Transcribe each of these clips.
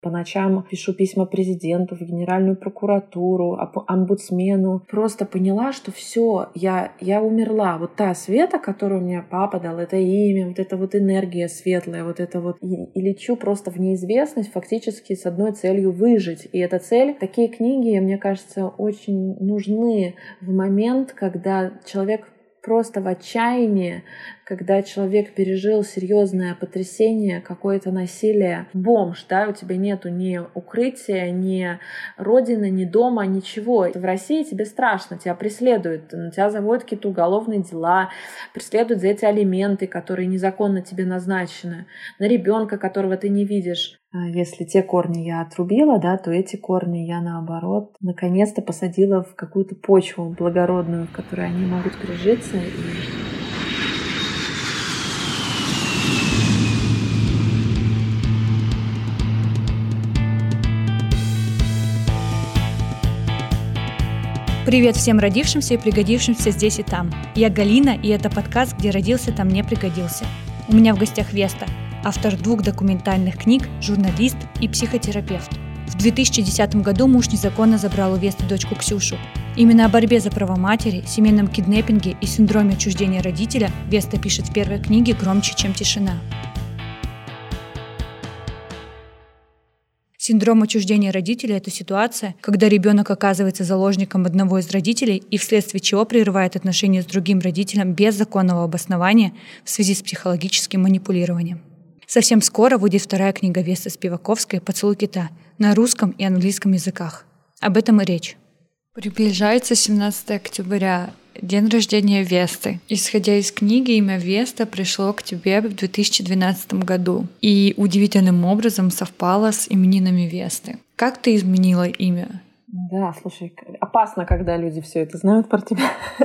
По ночам пишу письма президенту, в Генеральную прокуратуру, омбудсмену. Просто поняла, что все, я умерла. Вот та Света, которую мне папа дал, это имя, вот эта вот энергия светлая, вот это вот. И лечу просто в неизвестность фактически с одной целью — выжить. И эта цель, такие книги, мне кажется, очень нужны в момент, когда человек просто в отчаянии, когда человек пережил серьезное потрясение, какое-то насилие, бомж, да, у тебя нету ни укрытия, ни родины, ни дома, ничего. В России тебе страшно, тебя преследуют, на тебя заводят какие-то уголовные дела, преследуют за эти алименты, которые незаконно тебе назначены, на ребенка, которого ты не видишь. Если те корни я отрубила, да, то эти корни я, наоборот, наконец-то посадила в какую-то почву благородную, в которой они могут прижиться. Привет всем родившимся и пригодившимся здесь и там. Я Галина, и это подкаст «Где родился, там не пригодился». У меня в гостях Веста, автор 2 документальных книг, журналист и психотерапевт. В 2010 году муж незаконно забрал у Весты дочку Ксюшу. Именно о борьбе за права матери, семейном киднеппинге и синдроме отчуждения родителя Веста пишет в первой книге «Громче, чем тишина». Синдром отчуждения родителя – это ситуация, когда ребенок оказывается заложником одного из родителей и вследствие чего прерывает отношения с другим родителем без законного обоснования в связи с психологическим манипулированием. Совсем скоро выйдет вторая книга Весты Спиваковской «Поцелуй кита» на русском и английском языках. Об этом и речь. Приближается 17 октября, день рождения Весты. Исходя из книги, имя Веста пришло к тебе в 2012 году и удивительным образом совпало с именинами Весты. Как ты изменила имя? Да, слушай, опасно, когда люди все это знают про тебя.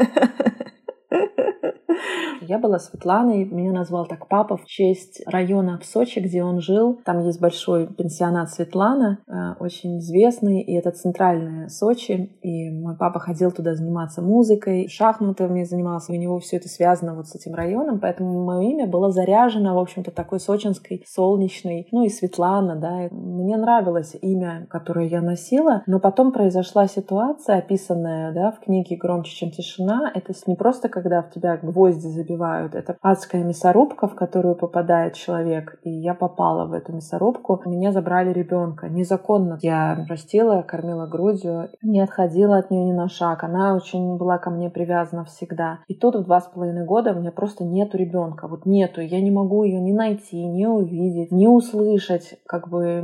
Я была Светланой, меня назвал так папа в честь района в Сочи, где он жил. Там есть большой пенсионат Светлана, очень известный, и это центральное Сочи. И мой папа ходил туда заниматься музыкой, шахматами занимался. У него все это связано вот с этим районом, поэтому мое имя было заряжено, в общем-то, такой сочинской, солнечной. Ну и Светлана, да. Мне нравилось имя, которое я носила, но потом произошла ситуация, описанная, да, в книге «Громче, чем тишина». Это не просто когда в тебя гвозди забивают. Это адская мясорубка, в которую попадает человек. И я попала в эту мясорубку. Меня забрали ребенка незаконно. Я растила, кормила грудью, не отходила от нее ни на шаг. Она очень была ко мне привязана всегда. И тут в 2,5 года у меня просто нету ребенка. Вот нету. Я не могу ее ни найти, ни увидеть, ни услышать. Как бы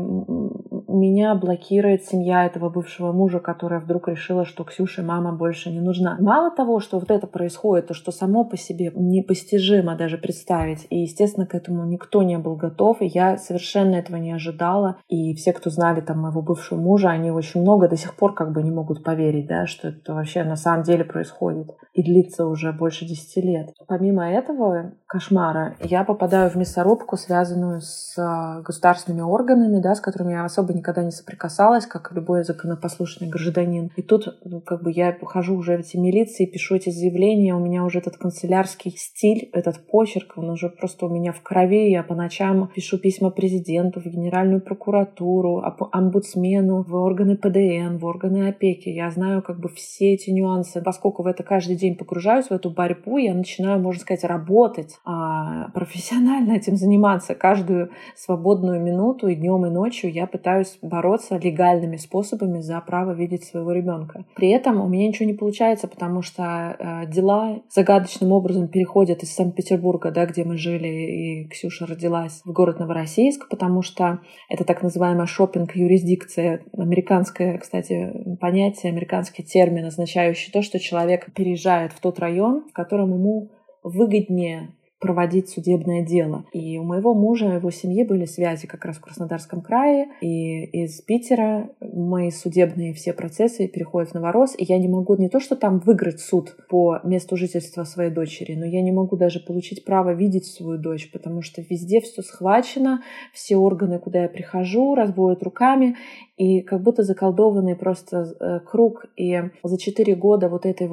меня блокирует семья этого бывшего мужа, которая вдруг решила, что Ксюше мама больше не нужна. Мало того, что вот это происходит, то что само по себе непостижимо даже представить. И, естественно, к этому никто не был готов, и я совершенно этого не ожидала. И все, кто знали там моего бывшего мужа, они очень много до сих пор как бы не могут поверить, да, что это вообще на самом деле происходит. И длится уже больше 10 лет. Помимо этого кошмара, я попадаю в мясорубку, связанную с государственными органами, да, с которыми я особо никогда не соприкасалась, как любой законопослушный гражданин. И тут как бы я хожу уже в эти милиции, пишу эти заявления, у меня уже этот канцелярский стиль, этот почерк, он уже просто у меня в крови. Я по ночам пишу письма президенту, в Генеральную прокуратуру, омбудсмену, в органы ПДН, в органы опеки. Я знаю как бы все эти нюансы. Поскольку в это каждый день погружаюсь, в эту борьбу, я начинаю, можно сказать, работать, профессионально этим заниматься. Каждую свободную минуту и днем, и ночью я пытаюсь бороться легальными способами за право видеть своего ребенка. При этом у меня ничего не получается, потому что дела загадочным образом переходят из Санкт-Петербурга, да, где мы жили, и Ксюша родилась, в город Новороссийск, потому что это так называемая шопинг-юрисдикция, американское, кстати, понятие, американский термин, означающий то, что человек переезжает в тот район, в котором ему выгоднее проводить судебное дело. И у моего мужа и его семьи были связи как раз в Краснодарском крае, и из Питера мои судебные все процессы переходят в Новорос, и я не могу не то, что там выиграть суд по месту жительства своей дочери, но я не могу даже получить право видеть свою дочь, потому что везде все схвачено, все органы, куда я прихожу, разводят руками, и как будто заколдованный просто круг. И за 4 года вот этой вот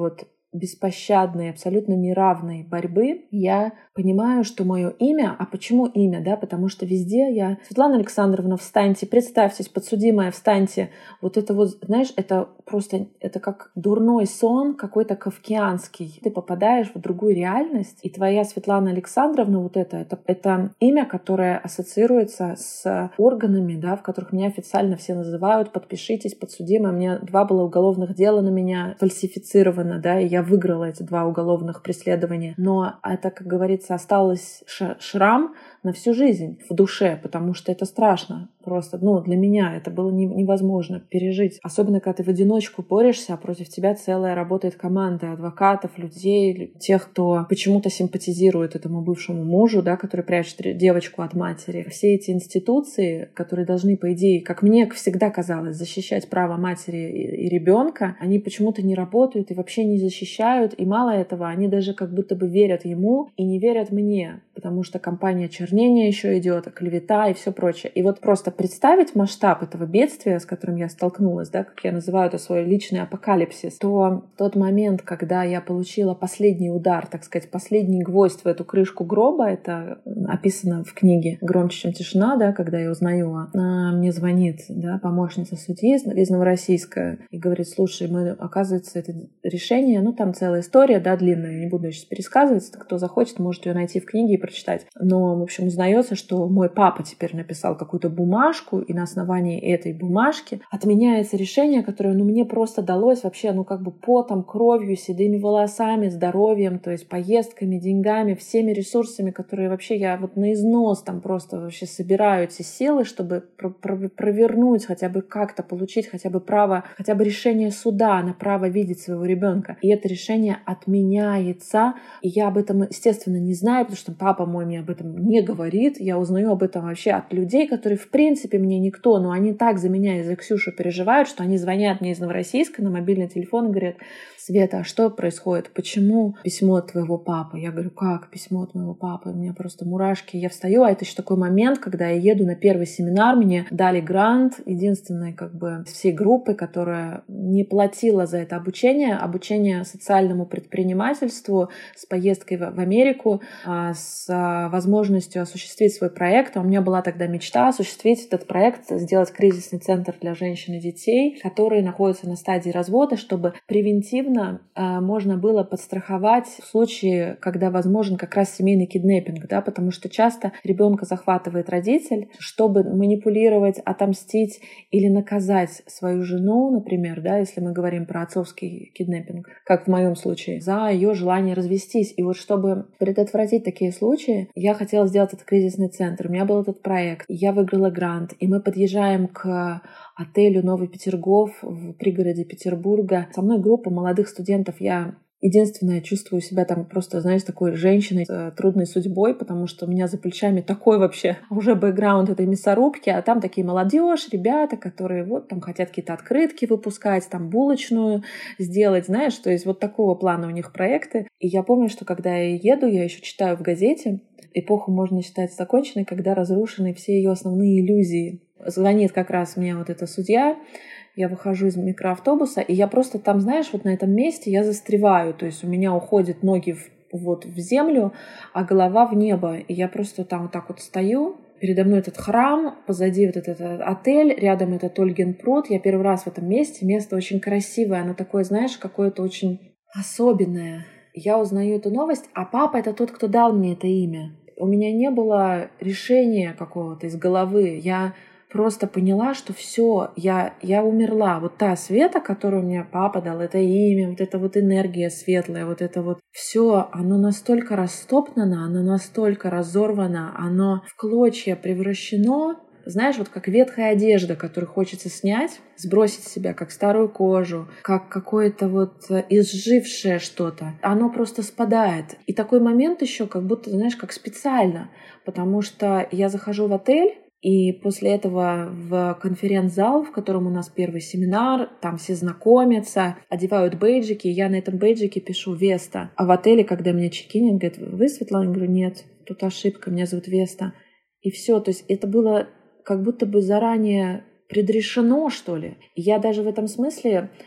беспощадной, абсолютно неравной борьбы, я понимаю, что мое имя, а почему имя, да, потому что везде я: Светлана Александровна, встаньте, представьтесь, подсудимая, встаньте. Вот это вот, знаешь, это просто, это как дурной сон какой-то кавказский. Ты попадаешь в другую реальность, и твоя Светлана Александровна, вот это имя, которое ассоциируется с органами, да, в которых меня официально все называют: подпишитесь, подсудимая. У меня 2 было уголовных дела на меня фальсифицировано, да, и я выиграла эти 2 уголовных преследования. Но это, как говорится, осталось шрам на всю жизнь в душе, потому что это страшно. Просто, для меня это было невозможно пережить. Особенно, когда ты в одиночку борешься, а против тебя целая работает команда адвокатов, людей, тех, кто почему-то симпатизирует этому бывшему мужу, да, который прячет девочку от матери. Все эти институции, которые должны, по идее, как мне всегда казалось, защищать право матери и ребенка, они почему-то не работают и вообще не защищают. И мало этого, они даже как будто бы верят ему и не верят мне, потому что кампания чернения еще идет, клевета и все прочее. И вот просто представить масштаб этого бедствия, с которым я столкнулась, да, как я называю это свой личный апокалипсис, то тот момент, когда я получила последний удар, так сказать, последний гвоздь в эту крышку гроба, это описано в книге «Громче, чем тишина», да, когда я узнаю, мне звонит, да, помощница судьи из Новороссийска и говорит: слушай, оказывается, это решение, там целая история, да, длинная, я не буду сейчас пересказывать, кто захочет, может ее найти в книге и прочитать. Но, в общем, узнается, что мой папа теперь написал какую-то бумажку, и на основании этой бумажки отменяется решение, которое, мне просто далось вообще, потом, кровью, седыми волосами, здоровьем, то есть поездками, деньгами, всеми ресурсами, которые вообще я вот на износ там просто вообще собираю эти силы, чтобы провернуть, хотя бы как-то получить хотя бы право, хотя бы решение суда на право видеть своего ребенка. И это решение отменяется. И я об этом, естественно, не знаю, потому что папа мой мне об этом не говорит. Я узнаю об этом вообще от людей, которые в принципе мне никто, но они так за меня и за Ксюшу переживают, что они звонят мне из Новороссийска на мобильный телефон и говорят: Света, а что происходит? Почему письмо от твоего папы? Я говорю: как письмо от моего папы? У меня просто мурашки. Я встаю, а это еще такой момент, когда я еду на первый семинар, мне дали грант, единственной из всей группы, которая не платила за это обучение социальному предпринимательству с поездкой в Америку, с возможностью осуществить свой проект. А у меня была тогда мечта осуществить этот проект, сделать кризисный центр для женщин и детей, которые находятся на стадии развода, чтобы превентивно можно было подстраховать в случае, когда возможен как раз семейный киднеппинг, да, потому что часто ребенка захватывает родитель, чтобы манипулировать, отомстить или наказать свою жену, например, да, если мы говорим про отцовский киднеппинг, как в моем случае, за ее желание развестись. И вот чтобы предотвратить такие случаи, я хотела сделать этот кризисный центр. У меня был этот проект, я выиграла грант, и мы подъезжаем к отелю «Новый Петергоф» в пригороде Петербурга. Со мной группа молодых студентов. Я единственное чувствую себя там просто, знаешь, такой женщиной с трудной судьбой, потому что у меня за плечами такой вообще уже бэкграунд этой мясорубки, а там такие молодежь, ребята, которые вот там хотят какие-то открытки выпускать, там булочную сделать, знаешь, то есть вот такого плана у них проекты. И я помню, что когда я еду, я еще читаю в газете: эпоху можно считать законченной, когда разрушены все ее основные иллюзии. Звонит как раз мне вот эта судья, я выхожу из микроавтобуса, и я просто там, знаешь, вот на этом месте я застреваю, то есть у меня уходят ноги в землю, а голова в небо, и я просто там вот так вот стою, передо мной этот храм, позади вот этот отель, рядом этот Ольгин пруд, я первый раз в этом месте, место очень красивое, оно такое, знаешь, какое-то очень особенное. Я узнаю эту новость, а папа — это тот, кто дал мне это имя. У меня не было решения какого-то из головы, я просто поняла, что все, я умерла. Вот та Света, которую мне папа дал, это имя, вот эта вот энергия светлая, вот это вот все, оно настолько растоптано, оно настолько разорвано, оно в клочья превращено. Знаешь, вот как ветхая одежда, которую хочется снять, сбросить с себя, как старую кожу, как какое-то вот изжившее что-то. Оно просто спадает. И такой момент еще как будто, знаешь, как специально, потому что я захожу в отель, и после этого в конференц-зал, в котором у нас первый семинар, там все знакомятся, одевают бейджики, и я на этом бейджике пишу «Веста». А в отеле, когда меня чекинят, говорят: вы Светлана? Я говорю: нет, тут ошибка, меня зовут Веста. И все, то есть это было как будто бы заранее предрешено, что ли. И я даже в этом смысле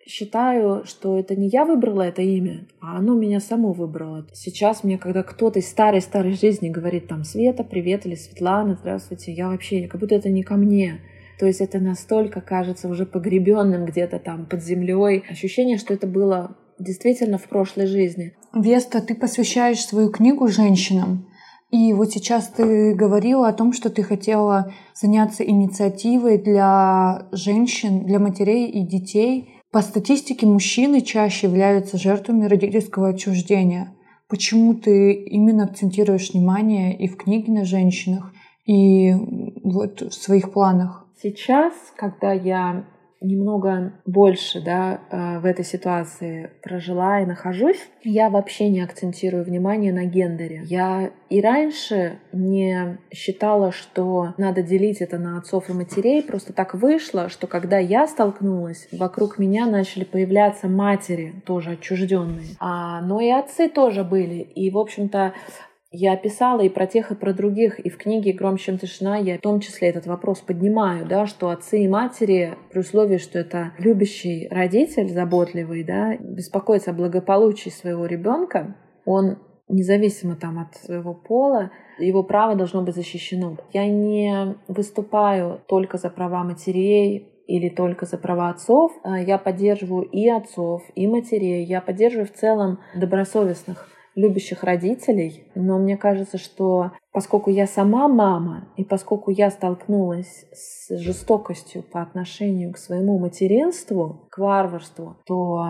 считаю, что это не я выбрала это имя, а оно меня само выбрало. Сейчас мне, когда кто-то из старой-старой жизни говорит там «Света, привет» или «Светлана, здравствуйте», я вообще, как будто это не ко мне. То есть это настолько кажется уже погребенным где-то там под землей. Ощущение, что это было действительно в прошлой жизни. Веста, ты посвящаешь свою книгу женщинам. И вот сейчас ты говорила о том, что ты хотела заняться инициативой для женщин, для матерей и детей. По статистике, мужчины чаще являются жертвами родительского отчуждения. Почему ты именно акцентируешь внимание и в книге на женщинах, и вот в своих планах? Сейчас, когда я немного больше в этой ситуации прожила и нахожусь, я вообще не акцентирую внимание на гендере. Я и раньше не считала, что надо делить это на отцов и матерей. Просто так вышло, что когда я столкнулась, вокруг меня начали появляться матери, тоже отчужденные. Но и отцы тоже были. И, в общем-то, я писала и про тех, и про других, и в книге «Громче, чем тишина» я в том числе этот вопрос поднимаю, что отцы и матери, при условии, что это любящий родитель, заботливый, беспокоится о благополучии своего ребенка, он независимо от своего пола, его право должно быть защищено. Я не выступаю только за права матерей или только за права отцов. Я поддерживаю и отцов, и матерей. Я поддерживаю в целом добросовестных любящих родителей, но мне кажется, что поскольку я сама мама, и поскольку я столкнулась с жестокостью по отношению к своему материнству, к варварству, то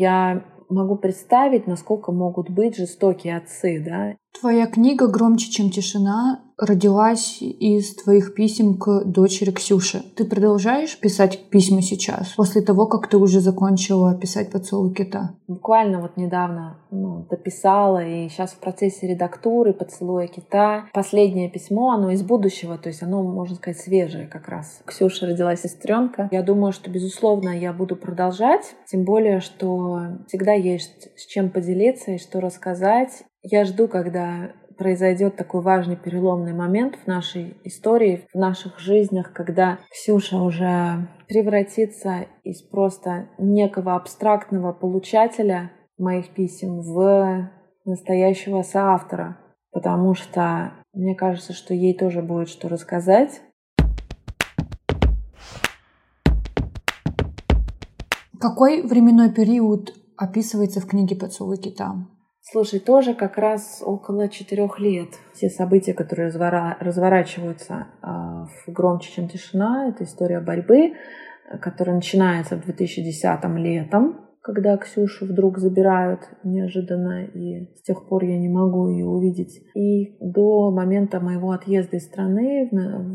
я могу представить, насколько могут быть жестокие отцы, Твоя книга «Громче, чем тишина» родилась из твоих писем к дочери Ксюше. Ты продолжаешь писать письма сейчас, после того, как ты уже закончила писать «Поцелуй кита»? Буквально недавно дописала, и сейчас в процессе редактуры «Поцелуя кита». Последнее письмо, оно из будущего, то есть оно, можно сказать, свежее как раз. Ксюша родилась сестренка. Я думаю, что, безусловно, я буду продолжать, тем более, что всегда есть с чем поделиться и что рассказать. Я жду, когда произойдет такой важный переломный момент в нашей истории, в наших жизнях, когда Ксюша уже превратится из просто некого абстрактного получателя моих писем в настоящего соавтора, потому что мне кажется, что ей тоже будет что рассказать. Какой временной период описывается в книге «Поцелуй кита»? Слушай, тоже как раз около 4 лет. Все события, которые разворачиваются в «Громче, чем тишина», это история борьбы, которая начинается в 2010 летом, когда Ксюшу вдруг забирают неожиданно, и с тех пор я не могу ее увидеть. И до момента моего отъезда из страны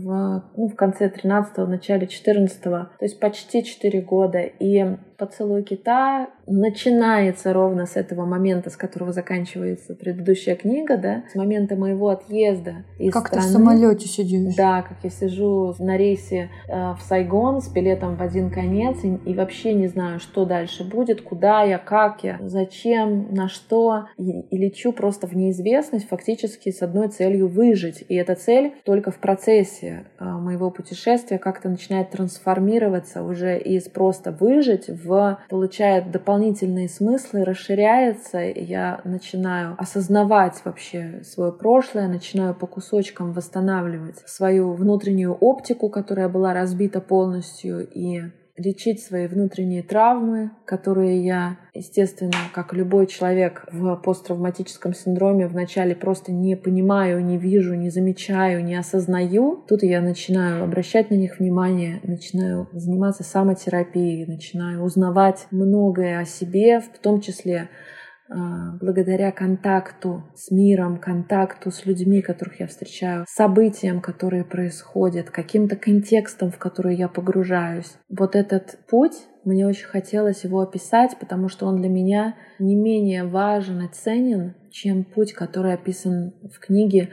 в конце 13-го, начале 14-го, то есть почти 4 года. И «Поцелуй кита» начинается ровно с этого момента, с которого заканчивается предыдущая книга, с момента моего отъезда из как страны. Как ты в самолете сидишь. Да, как я сижу на рейсе в Сайгон с билетом в один конец и вообще не знаю, что дальше будет, куда я, как я, зачем, на что. И лечу просто в неизвестность, фактически с одной целью — выжить. И эта цель только в процессе моего путешествия как-то начинает трансформироваться уже из просто выжить получает дополнительные смыслы, расширяется, и я начинаю осознавать вообще свое прошлое, начинаю по кусочкам восстанавливать свою внутреннюю оптику, которая была разбита полностью, и лечить свои внутренние травмы, которые я, естественно, как любой человек в посттравматическом синдроме, вначале просто не понимаю, не вижу, не замечаю, не осознаю. Тут я начинаю обращать на них внимание, начинаю заниматься самотерапией, начинаю узнавать многое о себе, в том числе благодаря контакту с миром, контакту с людьми, которых я встречаю, событиям, которые происходят, каким-то контекстом, в который я погружаюсь. Вот этот путь, мне очень хотелось его описать, потому что он для меня не менее важен и ценен, чем путь, который описан в книге,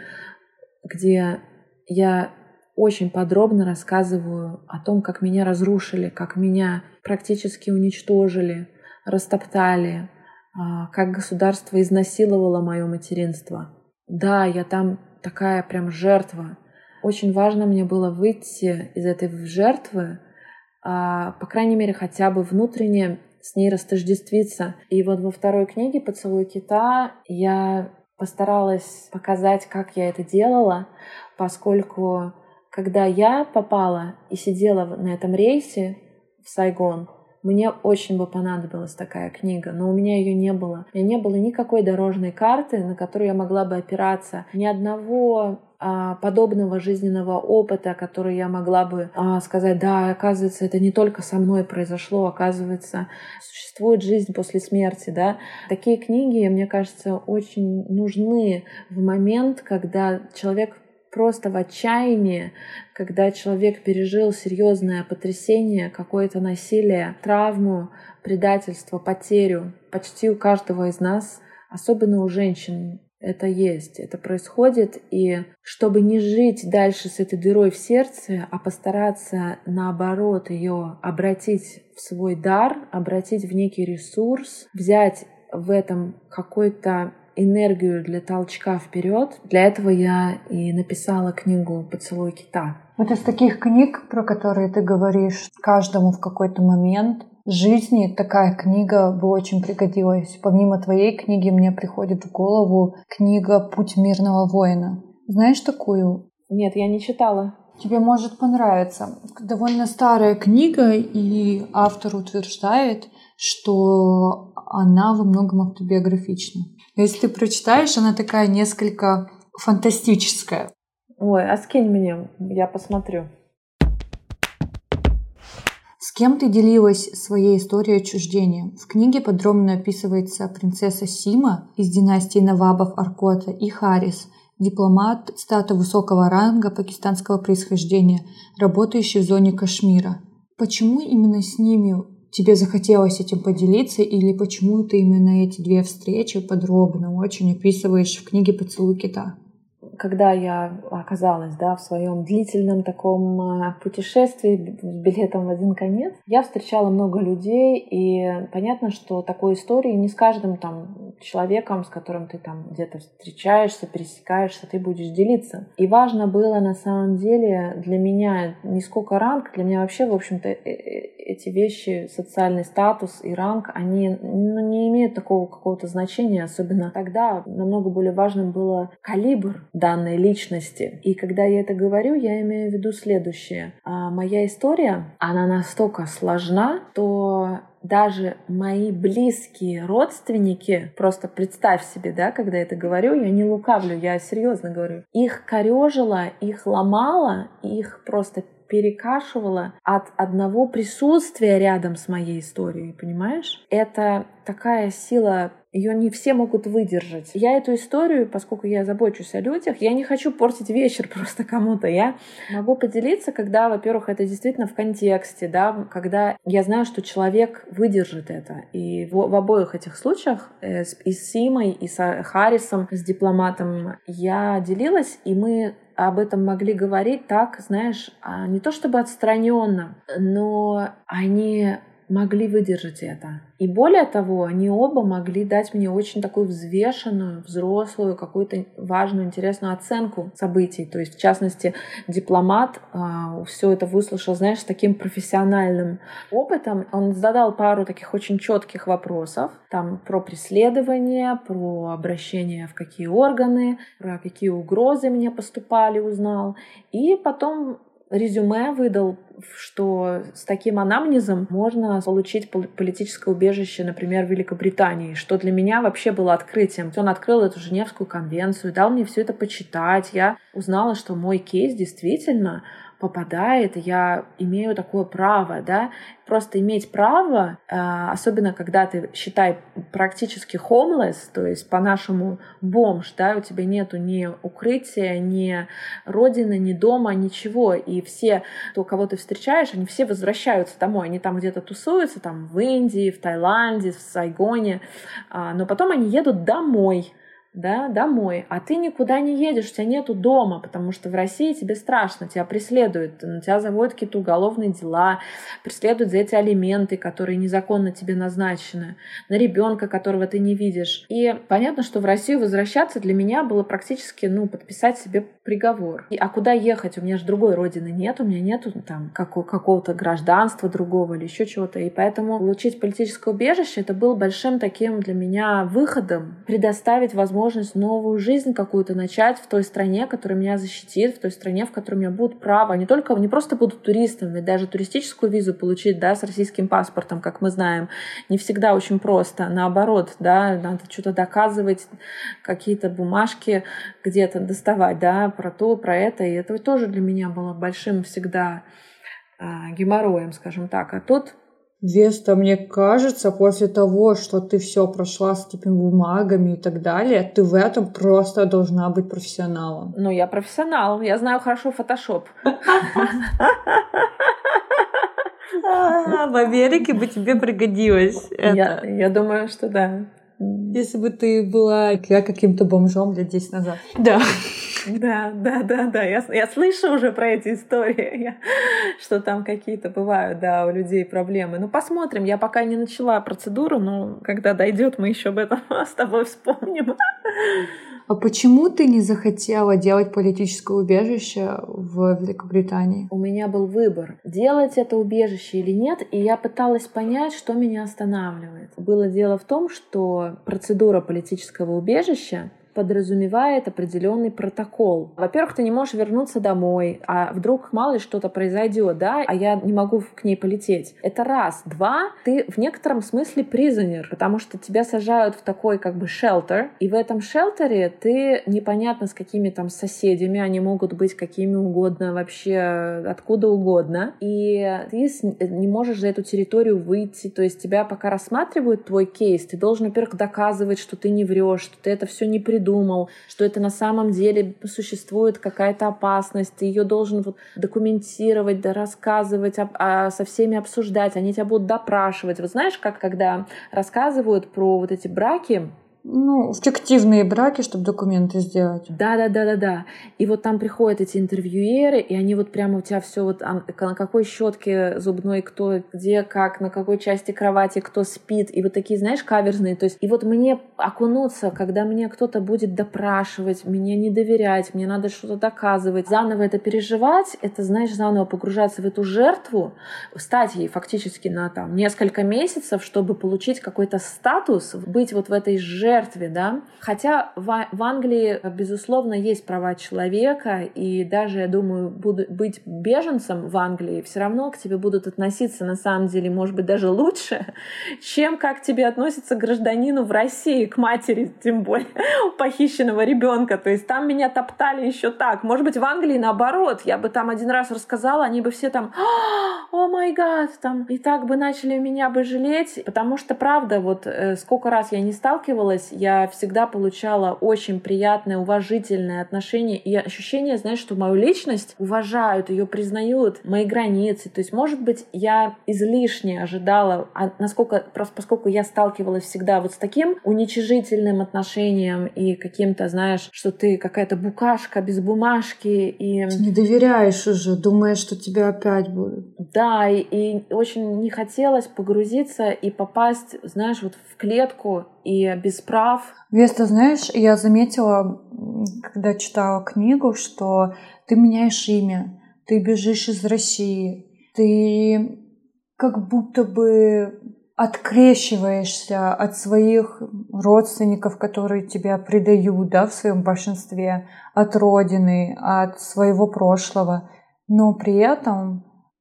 где я очень подробно рассказываю о том, как меня разрушили, как меня практически уничтожили, растоптали, как государство изнасиловало мое материнство. Да, я там такая прям жертва. Очень важно мне было выйти из этой жертвы, по крайней мере, хотя бы внутренне с ней растождествиться. И вот во второй книге «Поцелуй кита» я постаралась показать, как я это делала, поскольку когда я попала и сидела на этом рейсе в Сайгон, мне очень бы понадобилась такая книга, но у меня ее не было. У меня не было никакой дорожной карты, на которую я могла бы опираться, ни одного подобного жизненного опыта, который я могла бы сказать, да, оказывается, это не только со мной произошло, оказывается, существует жизнь после смерти, да. Такие книги, мне кажется, очень нужны в момент, когда человек просто в отчаянии, когда человек пережил серьезное потрясение, какое-то насилие, травму, предательство, потерю. Почти у каждого из нас, особенно у женщин, это есть, это происходит. И чтобы не жить дальше с этой дырой в сердце, а постараться, наоборот, ее обратить в свой дар, обратить в некий ресурс, взять в этом какой-то энергию для толчка вперед. Для этого я и написала книгу «Поцелуй кита». Вот из таких книг, про которые ты говоришь, каждому в какой-то момент жизни такая книга бы очень пригодилась. Помимо твоей книги мне приходит в голову книга «Путь мирного воина». Знаешь такую? Нет, я не читала. Тебе может понравиться. Довольно старая книга, и автор утверждает, что она во многом автобиографична. Если ты прочитаешь, она такая несколько фантастическая. Ой, а скинь мне, я посмотрю. С кем ты делилась своей историей отчуждения? В книге подробно описывается принцесса Сима из династии Навабов Аркота и Харис, дипломат статуса высокого ранга пакистанского происхождения, работающий в зоне Кашмира. Почему именно с ними тебе захотелось этим поделиться, или почему ты именно эти две встречи подробно очень описываешь в книге «Поцелуй кита»? Когда я оказалась, в своем длительном таком путешествии с билетом в один конец, я встречала много людей, и понятно, что такой истории не с каждым человеком, с которым ты где-то встречаешься, пересекаешься, ты будешь делиться. И важно было на самом деле для меня не сколько ранг, для меня вообще, в общем-то, эти вещи, социальный статус и ранг, они не имеют такого какого-то значения, особенно тогда намного более важным было калибр данной личности. И когда я это говорю, я имею в виду следующее. Моя история, она настолько сложна, что даже мои близкие родственники, просто представь себе, когда я это говорю, я не лукавлю, я серьезно говорю, их корёжило, их ломало, их просто перекашивало от одного присутствия рядом с моей историей, понимаешь? Это такая сила, ее не все могут выдержать. Я эту историю, поскольку я забочусь о людях, я не хочу портить вечер просто кому-то. Я могу поделиться, когда, во-первых, это действительно в контексте, когда я знаю, что человек выдержит это. И в обоих этих случаях, и с Симой, и с Харисом, с дипломатом, я делилась, и мы об этом могли говорить так, знаешь, не то чтобы отстраненно, но они могли выдержать это. И более того, они оба могли дать мне очень такую взвешенную, взрослую, какую-то важную, интересную оценку событий. То есть, в частности, дипломат все это выслушал, знаешь, с таким профессиональным опытом. Он задал пару таких очень четких вопросов, про преследование, про обращение в какие органы, про какие угрозы мне поступали, узнал. И потом резюме выдал, что с таким анамнезом можно получить политическое убежище, например, в Великобритании, что для меня вообще было открытием. Он открыл эту Женевскую конвенцию, дал мне все это почитать. Я узнала, что мой кейс действительно попадает, и я имею такое право, просто иметь право, особенно когда ты, считай, практически homeless, то есть по-нашему бомж, у тебя нету ни укрытия, ни родины, ни дома, ничего, и все, кого ты встречаешь, они все возвращаются домой, они там где-то тусуются, в Индии, в Таиланде, в Сайгоне, но потом они едут домой. да, домой, а ты никуда не едешь, у тебя нету дома, потому что в России тебе страшно, тебя преследуют, на тебя заводят какие-то уголовные дела, преследуют за эти алименты, которые незаконно тебе назначены, на ребенка, которого ты не видишь. И понятно, что в Россию возвращаться для меня было практически, подписать себе приговор. А куда ехать? У меня же другой родины нет, у меня нету там какого-то гражданства другого или еще чего-то. И поэтому получить политическое убежище — это был большим таким для меня выходом, предоставить возможность новую жизнь какую-то начать в той стране, которая меня защитит, в той стране, в которой у меня будут права. Не просто будут туристами, даже туристическую визу получить, да, с российским паспортом, как мы знаем, не всегда очень просто. Наоборот, да, надо что-то доказывать, какие-то бумажки где-то доставать, да, про то, про это. И это тоже для меня было большим всегда геморроем, скажем так. А тут Веста, мне кажется, после того, что ты все прошла с этими бумагами и так далее, ты в этом просто должна быть профессионалом. Я профессионал, я знаю хорошо фотошоп. В Америке бы тебе пригодилось это. Я думаю, что да. Если бы ты была каким-то бомжом лет 10 назад. Да. Да. Я слышу уже про эти истории, что там какие-то бывают, да, у людей проблемы. Посмотрим. Я пока не начала процедуру, но когда дойдет, мы еще об этом с тобой вспомним. А почему ты не захотела делать политическое убежище в Великобритании? У меня был выбор, делать это убежище или нет, и я пыталась понять, что меня останавливает. Было дело в том, что процедура политического убежища подразумевает определенный протокол. Во-первых, ты не можешь вернуться домой, а вдруг мало ли что-то произойдет, да, а я не могу к ней полететь. Это раз. Два, ты в некотором смысле prisoner, потому что тебя сажают в такой shelter, и в этом шелтере ты непонятно с какими там соседями, они могут быть какими угодно, вообще откуда угодно, и ты не можешь за эту территорию выйти, то есть тебя пока рассматривают твой кейс, ты должен, во-первых, доказывать, что ты не врешь, что ты это все не придумал, что это на самом деле существует какая-то опасность, ты ее должен документировать, да, рассказывать, со всеми обсуждать, они тебя будут допрашивать. Знаешь, как когда рассказывают про эти браки, фиктивные браки, чтобы документы сделать. Да. И там приходят эти интервьюеры, и они прямо у тебя все на какой щетке зубной кто, где, как, на какой части кровати кто спит. И такие, знаешь, каверзные. То есть, и мне окунуться, когда меня кто-то будет допрашивать, мне не доверять, мне надо что-то доказывать, заново это переживать, это, знаешь, заново погружаться в эту жертву, стать ей фактически на несколько месяцев, чтобы получить какой-то статус, быть в этой жертве, да. Хотя в Англии, безусловно, есть права человека, и даже, я думаю, быть беженцем в Англии, все равно к тебе будут относиться, на самом деле, может быть, даже лучше, чем как к тебе относятся гражданину в России, к матери, тем более, похищенного ребенка. То есть там меня топтали еще так. Может быть, в Англии наоборот. Я бы там один раз рассказала, они бы все о май гад, и так бы начали меня бы жалеть, потому что, правда, сколько раз я не сталкивалась, я всегда получала очень приятное, уважительное отношение и ощущение, знаешь, что мою личность уважают, ее признают, мои границы. То есть, может быть, я излишне ожидала, поскольку я сталкивалась всегда с таким уничижительным отношением и каким-то, знаешь, что ты какая-то букашка без бумажки. И... Ты не доверяешь уже, думаешь, что тебя опять будут. Да, и очень не хотелось погрузиться и попасть, знаешь, в клетку и без прав. Веста, знаешь, я заметила, когда читала книгу, что ты меняешь имя, ты бежишь из России, ты как будто бы открещиваешься от своих родственников, которые тебя предают, да, в своем большинстве, от родины, от своего прошлого. Но при этом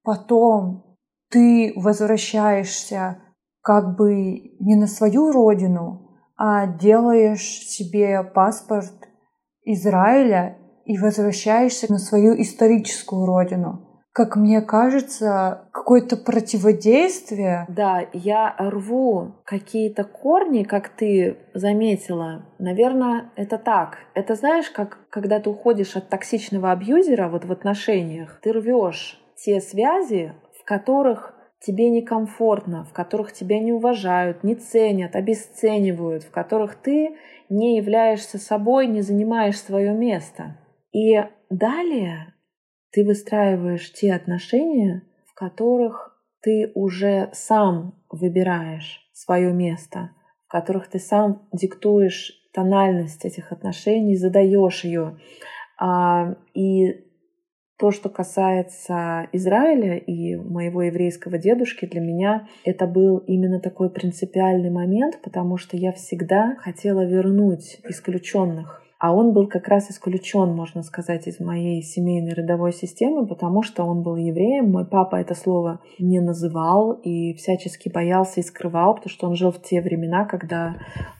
потом ты возвращаешься как бы не на свою родину, а делаешь себе паспорт Израиля и возвращаешься на свою историческую родину. Как мне кажется, какое-то противодействие. Да, я рву какие-то корни, как ты заметила. Наверное, это так. Это знаешь, как когда ты уходишь от токсичного абьюзера в отношениях, ты рвешь те связи, в которых тебе некомфортно, в которых тебя не уважают, не ценят, обесценивают, в которых ты не являешься собой, не занимаешь свое место. И далее ты выстраиваешь те отношения, в которых ты уже сам выбираешь свое место, в которых ты сам диктуешь тональность этих отношений, задаешь ее. И то, что касается Израиля и моего еврейского дедушки, для меня это был именно такой принципиальный момент, потому что я всегда хотела вернуть исключенных. А он был как раз исключен, можно сказать, из моей семейной родовой системы, потому что он был евреем. Мой папа это слово не называл и всячески боялся и скрывал, потому что он жил в те времена, когда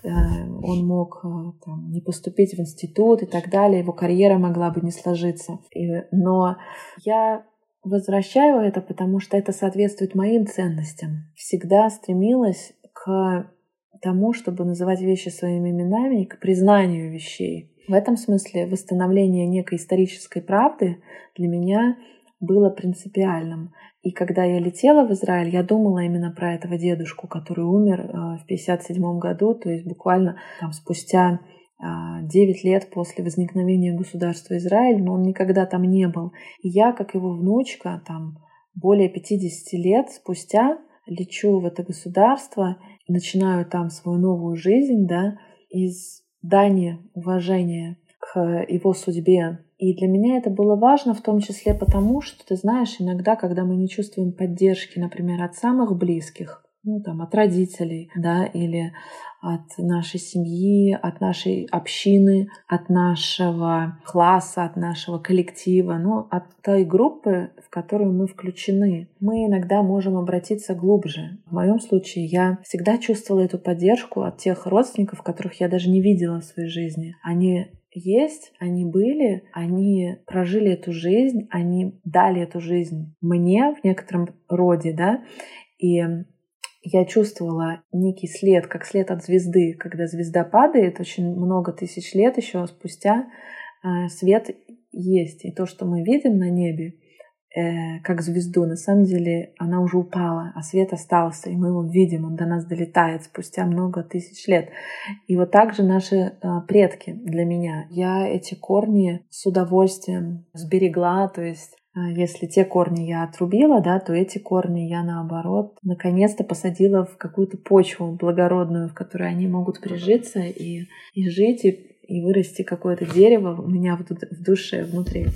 он мог не поступить в институт и так далее, его карьера могла бы не сложиться. Но я возвращаю это, потому что это соответствует моим ценностям. Всегда стремилась к тому, чтобы называть вещи своими именами и к признанию вещей. В этом смысле восстановление некой исторической правды для меня было принципиальным. И когда я летела в Израиль, я думала именно про этого дедушку, который умер в 1957 году, то есть буквально спустя 9 лет после возникновения государства Израиль, но он никогда там не был. И я, как его внучка, более 50 лет спустя лечу в это государство, начинаю там свою новую жизнь, из дани уважения к его судьбе. И для меня это было важно в том числе потому, что, ты знаешь, иногда, когда мы не чувствуем поддержки, например, от самых близких, от родителей, или от нашей семьи, от нашей общины, от нашего класса, от нашего коллектива, от той группы, в которую мы включены, мы иногда можем обратиться глубже. В моем случае я всегда чувствовала эту поддержку от тех родственников, которых я даже не видела в своей жизни. Они есть, они были, они прожили эту жизнь, они дали эту жизнь мне в некотором роде, и я чувствовала некий след, как след от звезды. Когда звезда падает, очень много тысяч лет еще спустя свет есть. И то, что мы видим на небе, как звезду, на самом деле она уже упала, а свет остался, и мы его видим, он до нас долетает спустя много тысяч лет. И вот так же наши предки для меня. Я эти корни с удовольствием сберегла, то есть если те корни я отрубила, то эти корни я, наоборот, наконец-то посадила в какую-то почву благородную, в которой они могут прижиться и жить, и вырасти какое-то дерево у меня в душе, внутри.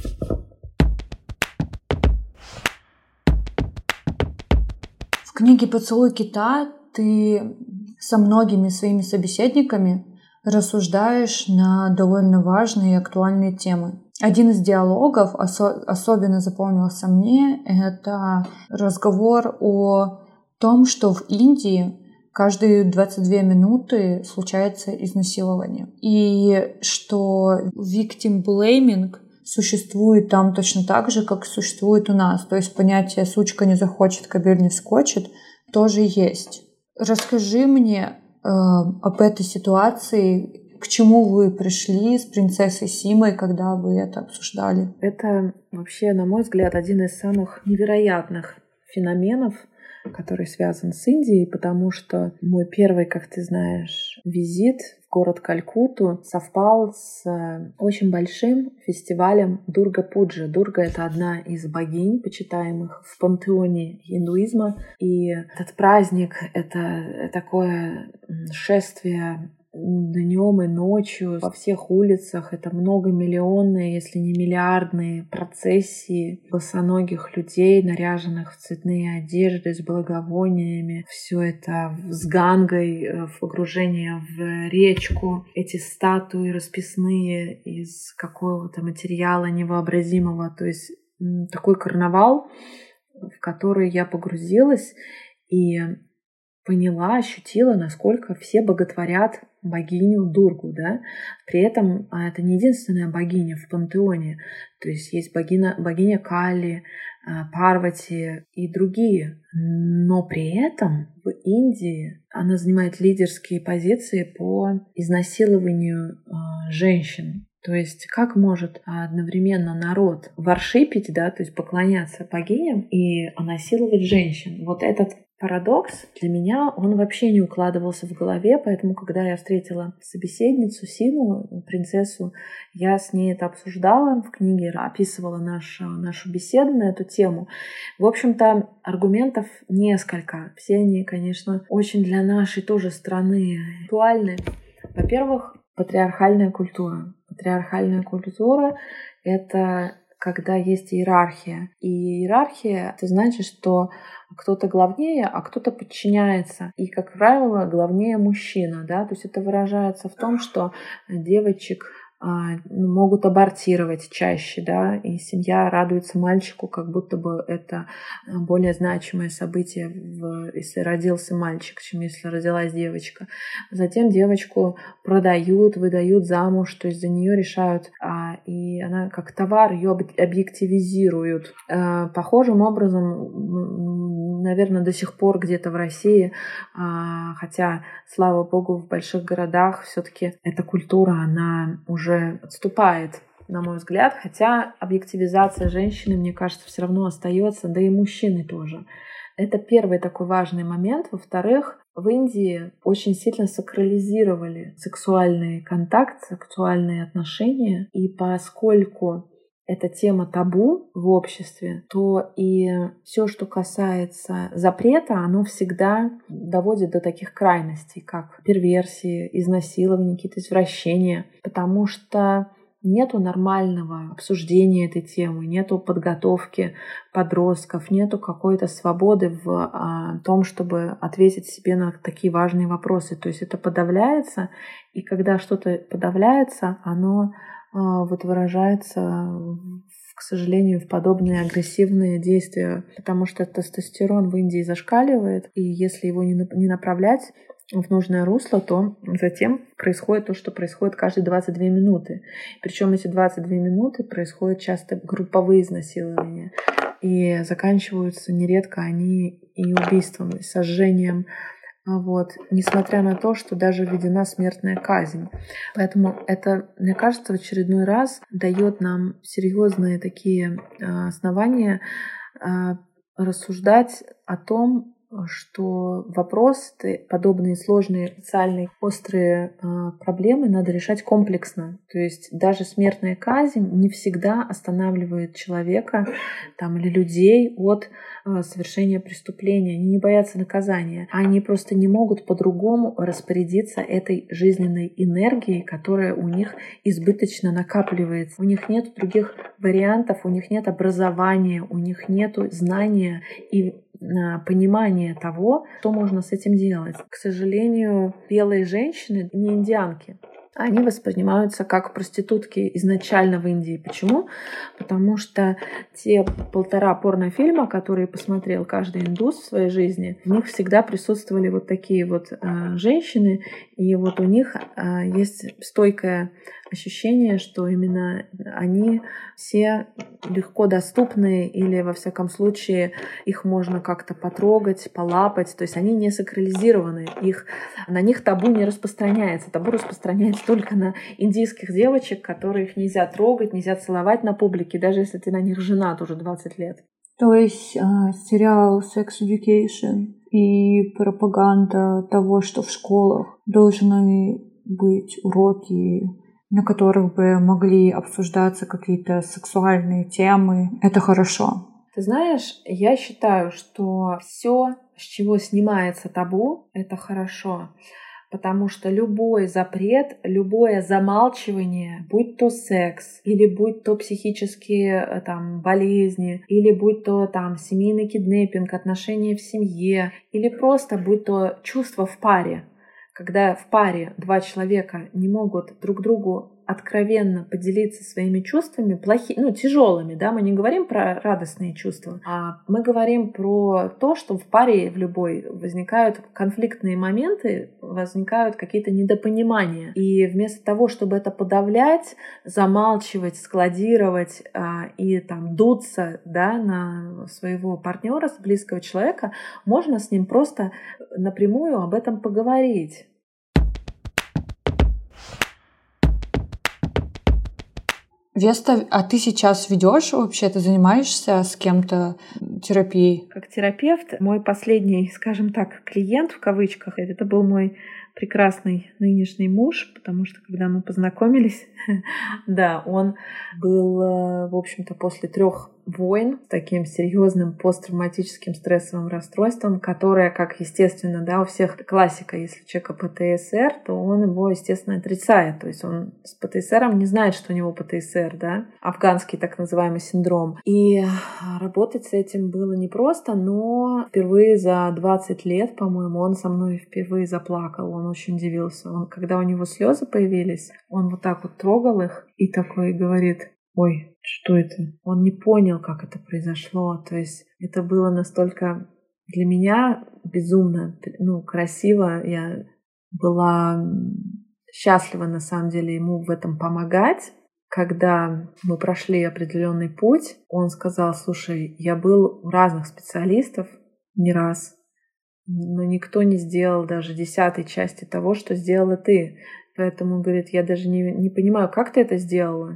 В книге «Поцелуй кита» ты со многими своими собеседниками рассуждаешь на довольно важные и актуальные темы. Один из диалогов особенно запомнился мне. Это разговор о том, что в Индии каждые 22 минуты случается изнасилование. И что victim blaming существует там точно так же, как существует у нас. То есть понятие «сучка не захочет, кобель не вскочит» тоже есть. Расскажи мне об этой ситуации. К чему вы пришли с принцессой Симой, когда вы это обсуждали? Это вообще, на мой взгляд, один из самых невероятных феноменов, который связан с Индией, потому что мой первый, как ты знаешь, визит в город Калькутту совпал с очень большим фестивалем Дурга-пуджа. Дурга — это одна из богинь, почитаемых в пантеоне индуизма. И этот праздник — это такое шествие днем и ночью во всех улицах. Это многомиллионные, если не миллиардные процессии босоногих людей, наряженных в цветные одежды, с благовониями. Все это с гангой, в погружение в речку. Эти статуи расписные из какого-то материала невообразимого. То есть такой карнавал, в который я погрузилась и поняла, ощутила, насколько все боготворят богиню Дургу, При этом это не единственная богиня в пантеоне. То есть есть богиня Кали, Парвати и другие. Но при этом в Индии она занимает лидерские позиции по изнасилованию женщин. То есть как может одновременно народ воршипить, да, то есть поклоняться богиням и насиловать женщин? Вот этот парадокс для меня, он вообще не укладывался в голове, поэтому, когда я встретила собеседницу Симу, принцессу, я с ней это обсуждала, в книге описывала нашу беседу на эту тему. В общем-то, аргументов несколько. Все они, конечно, очень для нашей тоже страны актуальны. Во-первых, патриархальная культура. Патриархальная культура — это когда есть иерархия. И иерархия — это значит, что кто-то главнее, а кто-то подчиняется. И, как правило, главнее мужчина. Да? То есть это выражается в том, что девочек могут абортировать чаще, да, и семья радуется мальчику, как будто бы это более значимое событие, если родился мальчик, чем если родилась девочка. Затем девочку продают, выдают замуж, то есть за нее решают, и она как товар, ее объективизируют. Похожим образом, наверное, до сих пор где-то в России, хотя, слава богу, в больших городах все-таки эта культура, она уже отступает, на мой взгляд, хотя объективизация женщины, мне кажется, все равно остается, да и мужчины тоже. Это первый такой важный момент. Во-вторых, в Индии очень сильно сакрализировали сексуальный контакт, сексуальные отношения, и поскольку эта тема табу в обществе, то и все, что касается запрета, оно всегда доводит до таких крайностей, как перверсии, изнасилования, какие-то извращения, потому что нету нормального обсуждения этой темы, нету подготовки подростков, нету какой-то свободы в том, чтобы ответить себе на такие важные вопросы. То есть это подавляется, и когда что-то подавляется, оно вот выражается, к сожалению, в подобные агрессивные действия, потому что тестостерон в Индии зашкаливает, и если его не направлять в нужное русло, то затем происходит то, что происходит каждые 22 минуты. Причем эти 22 минуты происходят часто групповые изнасилования, и заканчиваются нередко они и убийством, и сожжением. Вот, несмотря на то, что даже введена смертная казнь. Поэтому это, мне кажется, в очередной раз дает нам серьезные такие основания рассуждать о том, что вопросы, подобные сложные, социальные, острые проблемы надо решать комплексно. То есть даже смертная казнь не всегда останавливает человека или людей от совершения преступления. Они не боятся наказания. Они просто не могут по-другому распорядиться этой жизненной энергией, которая у них избыточно накапливается. У них нет других вариантов, у них нет образования, у них нет знания и понимание того, что можно с этим делать. К сожалению, белые женщины, не индианки, они воспринимаются как проститутки изначально в Индии. Почему? Потому что те 1,5 порнофильма, которые посмотрел каждый индус в своей жизни, в них всегда присутствовали вот такие вот женщины, и вот у них есть стойкое ощущение, что именно они все легко доступны, или во всяком случае их можно как-то потрогать, полапать, то есть они не сакрализированы, на них табу не распространяется. Табу распространяется только на индийских девочек, которых нельзя трогать, нельзя целовать на публике, даже если ты на них женат уже 20 лет. То есть сериал Sex Education и пропаганда того, что в школах должны быть уроки, на которых бы могли обсуждаться какие-то сексуальные темы, это хорошо. Ты знаешь, я считаю, что все, с чего снимается табу, это хорошо. Потому что любой запрет, любое замалчивание, будь то секс, или будь то психические болезни, или будь то семейный киднеппинг, отношения в семье, или просто будь то чувства в паре, когда в паре 2 человека не могут друг другу откровенно поделиться своими чувствами, тяжелыми, да, мы не говорим про радостные чувства, а мы говорим про то, что в паре в любой возникают конфликтные моменты, возникают какие-то недопонимания. И вместо того, чтобы это подавлять, замалчивать, складировать и дуться, да, на своего партнера, близкого человека, можно с ним просто напрямую об этом поговорить. Веста, а ты сейчас ведешь вообще, ты занимаешься с кем-то терапией? Как терапевт, мой последний, скажем так, клиент в кавычках, это был мой прекрасный нынешний муж, потому что когда мы познакомились, да, он был, в общем-то, после 3 войн с таким серьезным посттравматическим стрессовым расстройством, которое, как естественно, да, у всех классика, если у человека ПТСР, то он его, естественно, отрицает. То есть он с ПТСРом не знает, что у него ПТСР, да, афганский так называемый синдром. И работать с этим было непросто, но впервые за 20 лет, по-моему, он со мной впервые заплакал. Он очень удивился. Когда у него слезы появились, он вот так вот трогал их и такой говорит: ой, что это? Он не понял, как это произошло. То есть это было настолько для меня безумно, красиво. Я была счастлива, на самом деле, ему в этом помогать. Когда мы прошли определенный путь, он сказал: слушай, я был у разных специалистов не раз, но никто не сделал даже 10-й части того, что сделала ты. Поэтому, говорит, я даже не понимаю, как ты это сделала.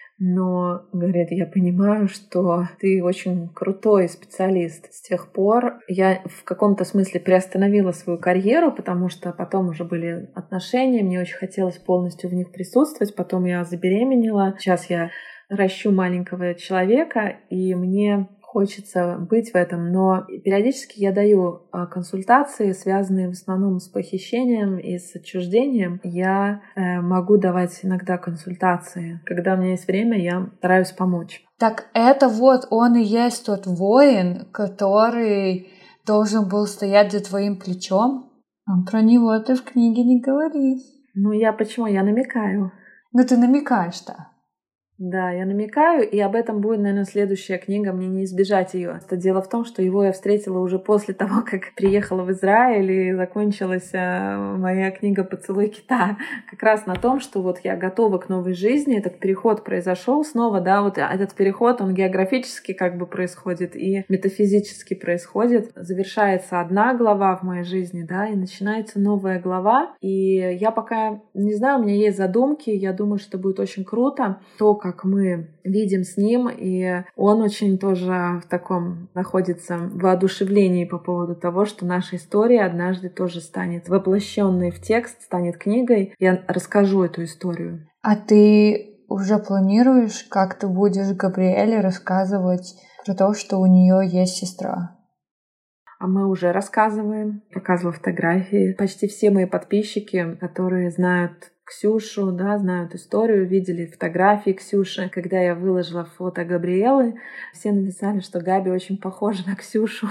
Но, говорит, я понимаю, что ты очень крутой специалист. С тех пор я в каком-то смысле приостановила свою карьеру, потому что потом уже были отношения, мне очень хотелось полностью в них присутствовать. Потом я забеременела. Сейчас я ращу маленького человека, и мне хочется быть в этом, но периодически я даю консультации, связанные в основном с похищением и с отчуждением. Я могу давать иногда консультации. Когда у меня есть время, я стараюсь помочь. Так это вот он и есть тот воин, который должен был стоять за твоим плечом? А про него ты в книге не говоришь. Почему? Я намекаю. Ты намекаешь-то. Да, я намекаю, и об этом будет, наверное, следующая книга, мне не избежать ее. Это дело в том, что его я встретила уже после того, как приехала в Израиль, и закончилась моя книга «Поцелуй кита». Как раз на том, что вот я готова к новой жизни, этот переход произошел снова, да, вот этот переход, он географически как бы происходит и метафизически происходит. Завершается одна глава в моей жизни, да, и начинается новая глава, и я пока не знаю, у меня есть задумки, я думаю, что это будет очень круто, то, как мы видим с ним, и он очень тоже в таком находится воодушевлении по поводу того, что наша история однажды тоже станет воплощенной в текст, станет книгой. Я расскажу эту историю. А ты уже планируешь, как ты будешь Габриэле рассказывать про то, что у нее есть сестра? А мы уже рассказываем, показывала фотографии. Почти все мои подписчики, которые знают Ксюшу, да, знают историю, видели фотографии Ксюши. Когда я выложила фото Габриэлы, все написали, что Габи очень похожа на Ксюшу.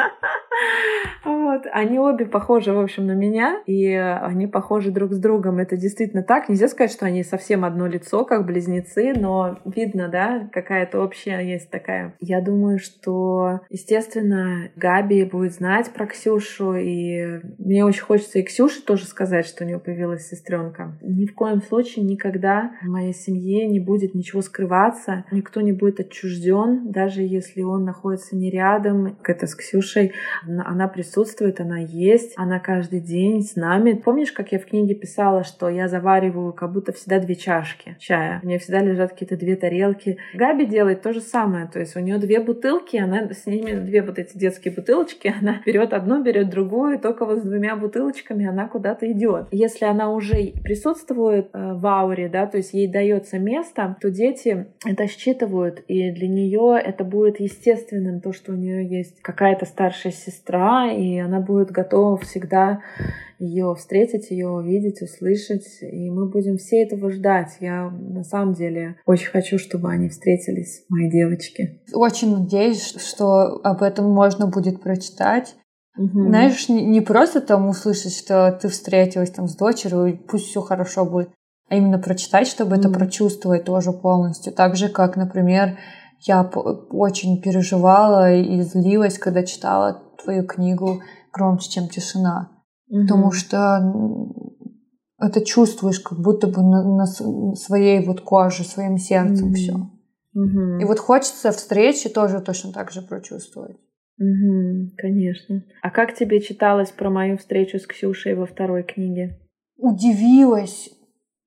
Вот. Они обе похожи, в общем, на меня, и они похожи друг с другом. Это действительно так. Нельзя сказать, что они совсем одно лицо, как близнецы, но видно, да, какая-то общая есть такая. Я думаю, что, естественно, Габи будет знать про Ксюшу, и мне очень хочется и Ксюше тоже сказать, что у нее появилась сестренка. Ни в коем случае никогда в моей семье не будет ничего скрываться, никто не будет отчужден, даже если он находится не рядом. Это с Ксюшей. Она присутствует, она есть, она каждый день с нами. Помнишь, как я в книге писала, что я завариваю как будто всегда 2 чашки чая? У нее всегда лежат какие-то 2 тарелки. Габи делает то же самое. То есть у нее 2 бутылки, она с ними 2 вот эти детские бутылочки, она берет одну, берет другую, и только вот с 2 бутылочками она куда-то идет. Если она уже присутствует в ауре, да, то есть ей дается место, то дети это считывают, и для нее это будет естественным, то, что у нее есть какая-то старшая сестра, и она будет готова всегда ее встретить, ее увидеть, услышать, и мы будем все этого ждать. Я на самом деле очень хочу, чтобы они встретились, мои девочки. Очень надеюсь, что об этом можно будет прочитать. Знаешь, не просто там услышать, что ты встретилась там с дочерью, и пусть все хорошо будет, а именно прочитать, чтобы это прочувствовать тоже полностью. Так же, как, например, я очень переживала и злилась, когда читала твою книгу «Громче, чем тишина». Потому что это чувствуешь как будто бы на своей вот коже, своим сердцем все. И вот хочется встречи тоже точно так же прочувствовать. Конечно. А как тебе читалось про мою встречу с Ксюшей во 2 книге? Удивилась.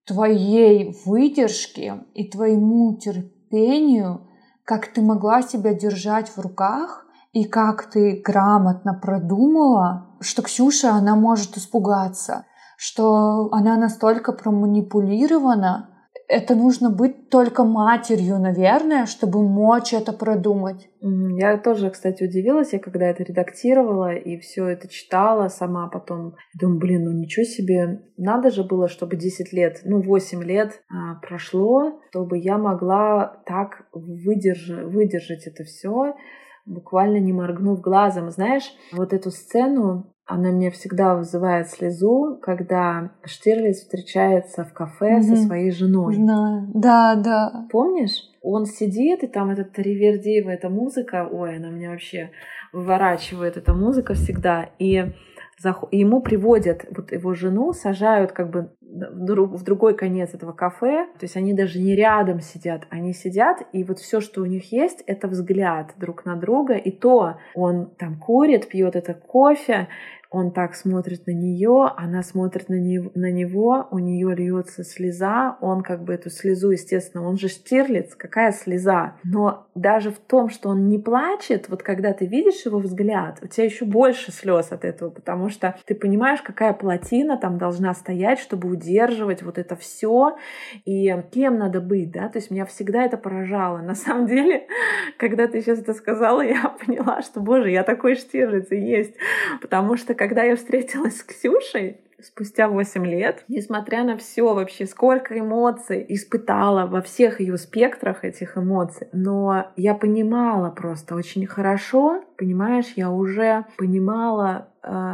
твоей выдержке и твоему терпению, как ты могла себя держать в руках и как ты грамотно продумала, что Ксюша, она может испугаться, что она настолько проманипулирована. Это нужно быть только матерью, наверное, чтобы мочь это продумать. Я тоже, кстати, удивилась, я когда это редактировала и все это читала сама потом. Думаю, ну ничего себе, надо же было, чтобы 10 лет, 8 лет прошло, чтобы я могла так выдержать это все, буквально не моргнув глазом. Знаешь, вот эту сцену, она мне всегда вызывает слезу, когда Штирлиц встречается в кафе со своей женой. Знаю. Да. Помнишь? Он сидит, и там этот Ривердеева, эта музыка, ой, она меня вообще выворачивает, эта музыка всегда. И ему приводят вот его жену, сажают как бы в другой конец этого кафе. То есть они даже не рядом сидят, они сидят, и вот все, что у них есть, это взгляд друг на друга. И то он там курит, пьет это кофе, он так смотрит на нее, она смотрит на него, у нее льется слеза, он как бы эту слезу, естественно, он же Штирлиц, какая слеза. Но даже в том, что он не плачет, вот когда ты видишь его взгляд, у тебя еще больше слез от этого, потому что ты понимаешь, какая плотина там должна стоять, чтобы удерживать вот это все, и кем надо быть, да, то есть меня всегда это поражало. На самом деле, когда ты сейчас это сказала, я поняла, что, боже, я такой Штирлиц и есть, потому что когда я встретилась с Ксюшей спустя 8 лет, несмотря на все вообще, сколько эмоций испытала во всех ее спектрах этих эмоций, но я понимала просто очень хорошо, понимаешь, я уже понимала,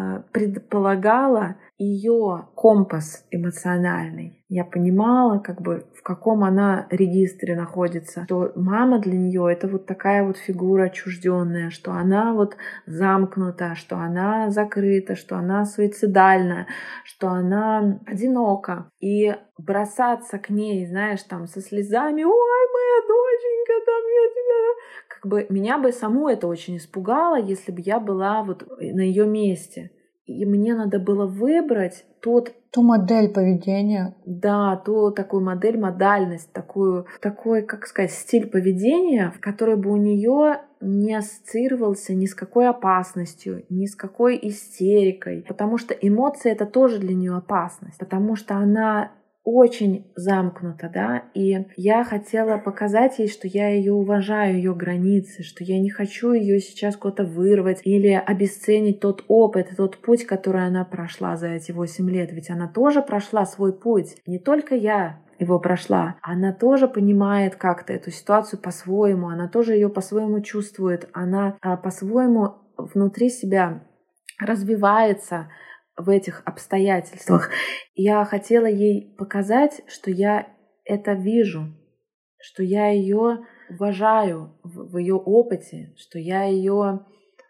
предполагала ее компас эмоциональный. Я понимала, как бы в каком она регистре находится, что мама для нее это вот такая вот фигура отчужденная, что она вот замкнута, что она закрыта, что она суицидальна, что она одинока. И бросаться к ней, знаешь, там со слезами: «Ой, моя доченька, там я тебя...» Как бы меня бы саму это очень испугало, если бы я была вот на ее месте. И мне надо было выбрать ту модель поведения. Да, такую модальность, такой, как сказать, стиль поведения, в который бы у нее не ассоциировался ни с какой опасностью, ни с какой истерикой. Потому что эмоции — это тоже для нее опасность. Потому что она очень замкнута, да, и я хотела показать ей, что я ее уважаю, ее границы, что я не хочу ее сейчас куда-то вырвать или обесценить тот опыт, тот путь, который она прошла за эти 8 лет. Ведь она тоже прошла свой путь. Не только я его прошла. Она тоже понимает как-то эту ситуацию по-своему, она тоже ее по-своему чувствует, она по-своему внутри себя развивается в этих обстоятельствах. Я хотела ей показать, что я это вижу, что я ее уважаю в ее опыте, что я ее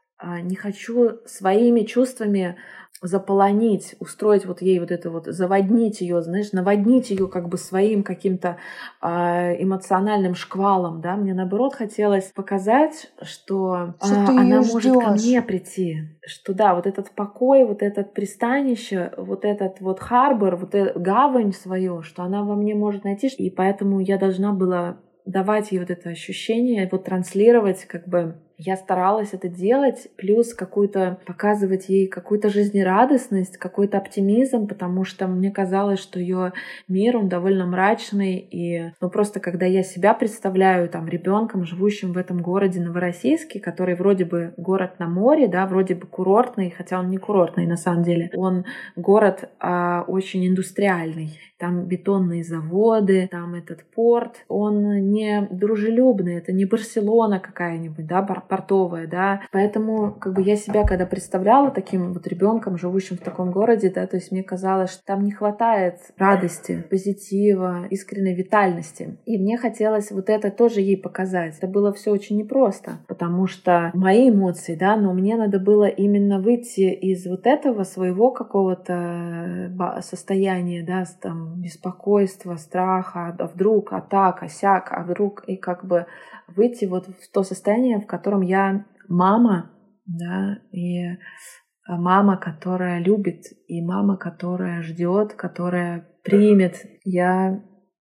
не хочу своими чувствами заполонить, устроить вот ей вот это вот, заводнить ее, знаешь, наводнить ее как бы своим каким-то эмоциональным шквалом, да. Мне наоборот хотелось показать, что она может ко мне прийти, что да, вот этот покой, вот этот пристанище, вот этот вот харбор, вот эта гавань свою, что она во мне может найти, и поэтому я должна была давать ей вот это ощущение, вот транслировать как бы. Я старалась это делать, плюс показывать ей какую-то жизнерадостность, какой-то оптимизм, потому что мне казалось, что ее мир, он довольно мрачный. И просто когда я себя представляю там ребенком, живущим в этом городе Новороссийске, который вроде бы город на море, да, вроде бы курортный, хотя он не курортный на самом деле. Он город очень индустриальный. Там бетонные заводы, там этот порт. Он не дружелюбный, это не Барселона какая-нибудь, да, портовая, да. Поэтому как бы я себя когда представляла таким вот ребенком, живущим в таком городе, да, то есть мне казалось, что там не хватает радости, позитива, искренней витальности. И мне хотелось вот это тоже ей показать. Это было все очень непросто, потому что мои эмоции, да, но мне надо было именно выйти из вот этого своего какого-то состояния, да, там беспокойства, страха, а вдруг, а так, а сяк, а вдруг, и как бы выйти вот в то состояние, в котором я мама, да, и мама, которая любит, и мама, которая ждет, которая примет. Я,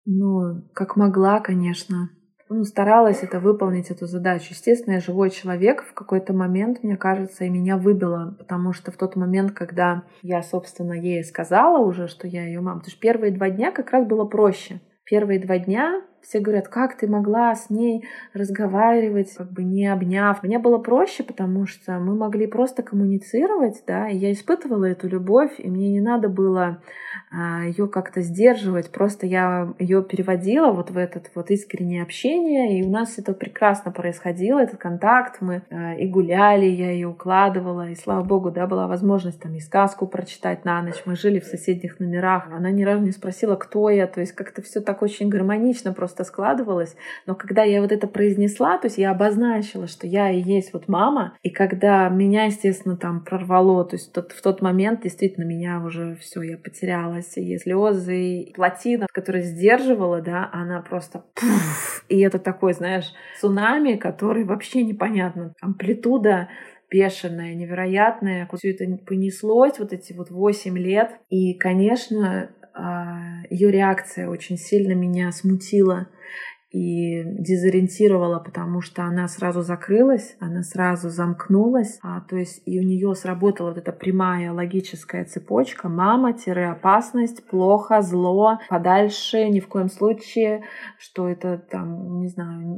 как могла, конечно, старалась выполнить эту задачу. Естественно, я живой человек. В какой-то момент, мне кажется, и меня выбило, потому что в тот момент, когда я, собственно, ей сказала уже, что я ее мама, потому что первые 2 дня как раз было проще. Первые 2 дня все говорят, как ты могла с ней разговаривать, не обняв. Мне было проще, потому что мы могли просто коммуницировать, да, и я испытывала эту любовь, и мне не надо было ее как-то сдерживать, просто я ее переводила в это искреннее общение, и у нас это прекрасно происходило, этот контакт, мы и гуляли, я ее укладывала, и слава богу, да, была возможность и сказку прочитать на ночь, мы жили в соседних номерах, она ни разу не спросила, кто я, то есть как-то все так очень гармонично просто складывалось, но когда я это произнесла, то есть я обозначила, что я и есть мама, и когда меня, естественно, прорвало, то есть в тот момент действительно меня уже все, я потерялась, и слезы, и плотина, которая сдерживала, да, она просто и это такой, знаешь, цунами, который вообще непонятно, амплитуда бешеная, невероятная, все это понеслось эти 8 лет, и, конечно, ее реакция очень сильно меня смутила и дезориентировала, потому что она сразу закрылась, она сразу замкнулась, то есть и у нее сработала эта прямая логическая цепочка: мама-опасность, плохо, зло, подальше, ни в коем случае, что это не знаю,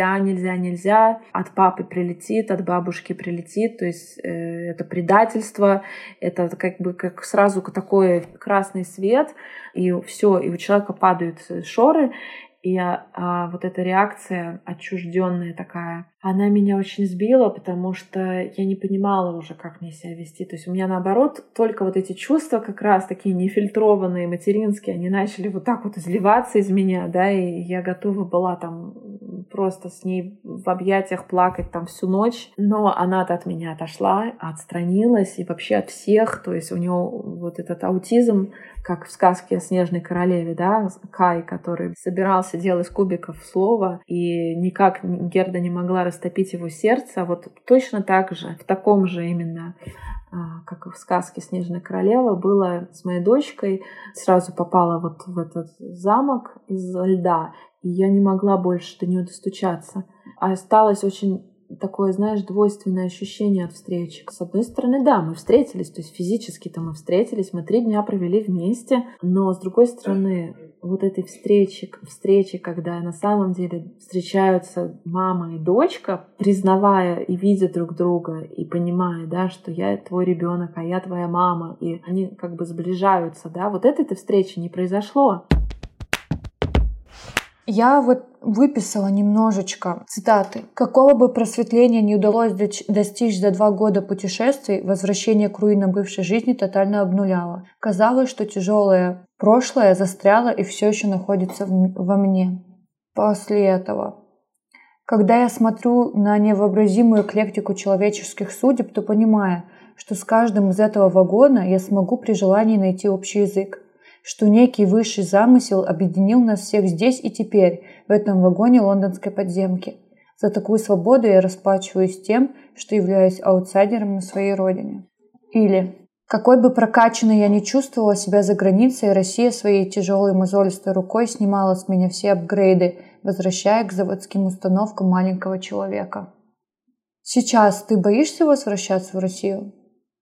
нельзя, от папы прилетит, от бабушки прилетит, то есть это предательство, это как сразу такой красный свет, и все, и у человека падают шоры. И эта реакция отчужденная такая, она меня очень сбила, потому что я не понимала уже, как мне себя вести. То есть у меня, наоборот, только эти чувства как раз такие нефильтрованные, материнские, они начали изливаться из меня, да, и я готова была просто с ней в объятиях плакать всю ночь. Но она-то от меня отошла, отстранилась, и вообще от всех. То есть у нее этот аутизм, как в сказке о Снежной королеве, да, Кай, который собирался делать из кубиков слово, и никак Герда не могла растопить его сердце. А точно так же, в таком же именно, как и в сказке «Снежная королева», было с моей дочкой. Сразу попала в этот замок из льда, и я не могла больше до нее достучаться. А осталось очень такое, знаешь, двойственное ощущение от встречи. С одной стороны, да, мы встретились, то есть физически-то мы встретились, мы 3 дня провели вместе, но с другой стороны, этой встречи, когда на самом деле встречаются мама и дочка, признавая и видя друг друга, и понимая, да, что я твой ребенок, а я твоя мама, и они сближаются, да, этой встречи не произошло. Я выписала немножечко цитаты. Какого бы просветления не удалось достичь за 2 года путешествий, возвращение к руинам бывшей жизни тотально обнуляло. Казалось, что тяжелое прошлое застряло и все еще находится во мне. После этого, когда я смотрю на невообразимую эклектику человеческих судеб, то понимаю, что с каждым из этого вагона я смогу при желании найти общий язык, что некий высший замысел объединил нас всех здесь и теперь, в этом вагоне лондонской подземки. За такую свободу я расплачиваюсь тем, что являюсь аутсайдером на своей родине. Или какой бы прокачанной я ни чувствовала себя за границей, Россия своей тяжелой мозолистой рукой снимала с меня все апгрейды, возвращая к заводским установкам маленького человека. Сейчас ты боишься возвращаться в Россию?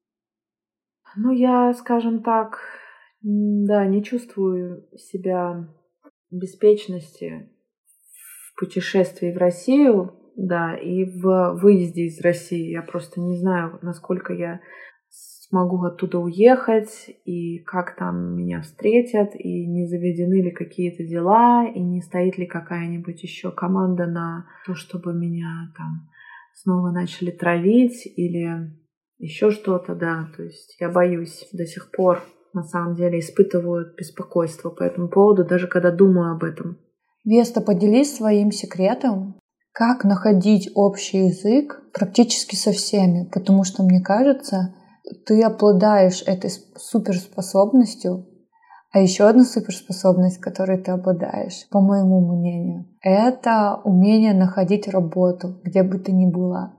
Я, скажем так, да, не чувствую себя беспечности в путешествии в Россию, да, и в выезде из России. Я просто не знаю, насколько я смогу оттуда уехать, и как там меня встретят, и не заведены ли какие-то дела, и не стоит ли какая-нибудь еще команда на то, чтобы меня снова начали травить, или еще что-то, да. То есть я боюсь до сих пор. На самом деле испытываю беспокойство по этому поводу, даже когда думаю об этом. Веста, поделись своим секретом, как находить общий язык практически со всеми, потому что, мне кажется, ты обладаешь этой суперспособностью, а еще одна суперспособность, которой ты обладаешь, по моему мнению, это умение находить работу, где бы ты ни была.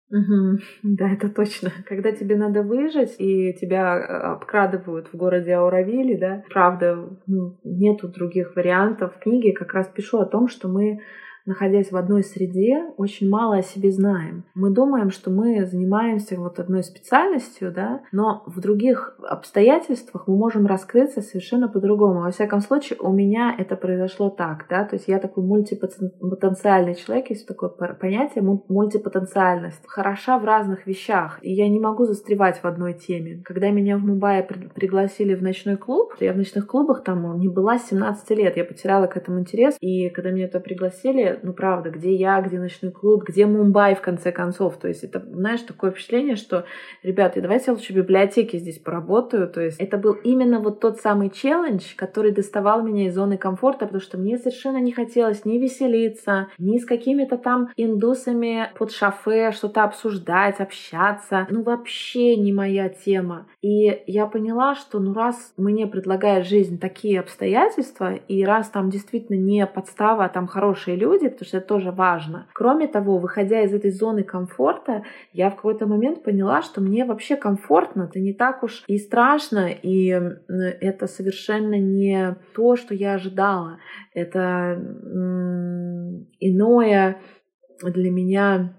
Да, это точно. Когда тебе надо выжить, и тебя обкрадывают в городе Ауравиле, да, правда, нету других вариантов. В книге как раз пишу о том, что мы, находясь в одной среде, очень мало о себе знаем. Мы думаем, что мы занимаемся вот одной специальностью, да, но в других обстоятельствах мы можем раскрыться совершенно по-другому. Во всяком случае, у меня это произошло так, да, то есть я такой мультипотенциальный человек, есть такое понятие мультипотенциальность. Хороша в разных вещах, и я не могу застревать в одной теме. Когда меня в Мумбаи пригласили в ночной клуб, я в ночных клубах там не была с 17 лет, я потеряла к этому интерес, и когда меня туда пригласили, правда, где я, где ночной клуб, где Мумбай, в конце концов. То есть это, знаешь, такое впечатление, что, ребята, давайте я лучше в библиотеке здесь поработаю. То есть это был именно вот тот самый челлендж, который доставал меня из зоны комфорта, потому что мне совершенно не хотелось ни веселиться, ни с какими-то там индусами под шофе что-то обсуждать, общаться. Вообще не моя тема. И я поняла, что раз мне предлагает жизнь такие обстоятельства, и раз там действительно не подстава, а там хорошие люди, потому что это тоже важно. Кроме того, выходя из этой зоны комфорта, я в какой-то момент поняла, что мне вообще комфортно, это не так уж и страшно, и это совершенно не то, что я ожидала. Это иное для меня